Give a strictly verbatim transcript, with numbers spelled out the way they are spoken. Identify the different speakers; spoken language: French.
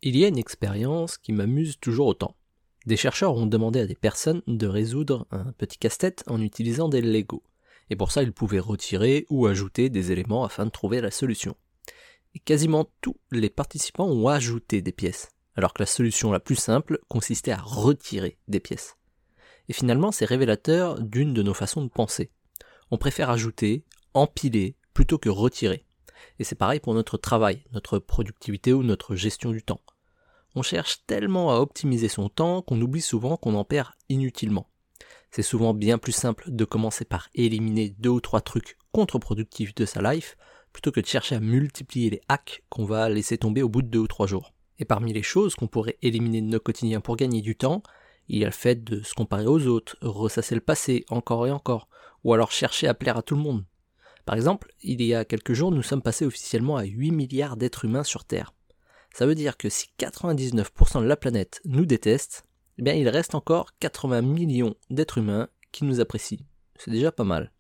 Speaker 1: Il y a une expérience qui m'amuse toujours autant. Des chercheurs ont demandé à des personnes de résoudre un petit casse-tête en utilisant des Lego. Et pour ça, ils pouvaient retirer ou ajouter des éléments afin de trouver la solution. Et quasiment tous les participants ont ajouté des pièces, alors que la solution la plus simple consistait à retirer des pièces. Et finalement, c'est révélateur d'une de nos façons de penser. On préfère ajouter, empiler, plutôt que retirer. Et c'est pareil pour notre travail, notre productivité ou notre gestion du temps. On cherche tellement à optimiser son temps qu'on oublie souvent qu'on en perd inutilement. C'est souvent bien plus simple de commencer par éliminer deux ou trois trucs contre-productifs de sa life, plutôt que de chercher à multiplier les hacks qu'on va laisser tomber au bout de deux ou trois jours. Et parmi les choses qu'on pourrait éliminer de nos quotidiens pour gagner du temps, il y a le fait de se comparer aux autres, ressasser le passé encore et encore, ou alors chercher à plaire à tout le monde. Par exemple, il y a quelques jours, nous sommes passés officiellement à huit milliards d'êtres humains sur Terre. Ça veut dire que si quatre-vingt-dix-neuf pour cent de la planète nous déteste, eh bien il reste encore quatre-vingts millions d'êtres humains qui nous apprécient. C'est déjà pas mal.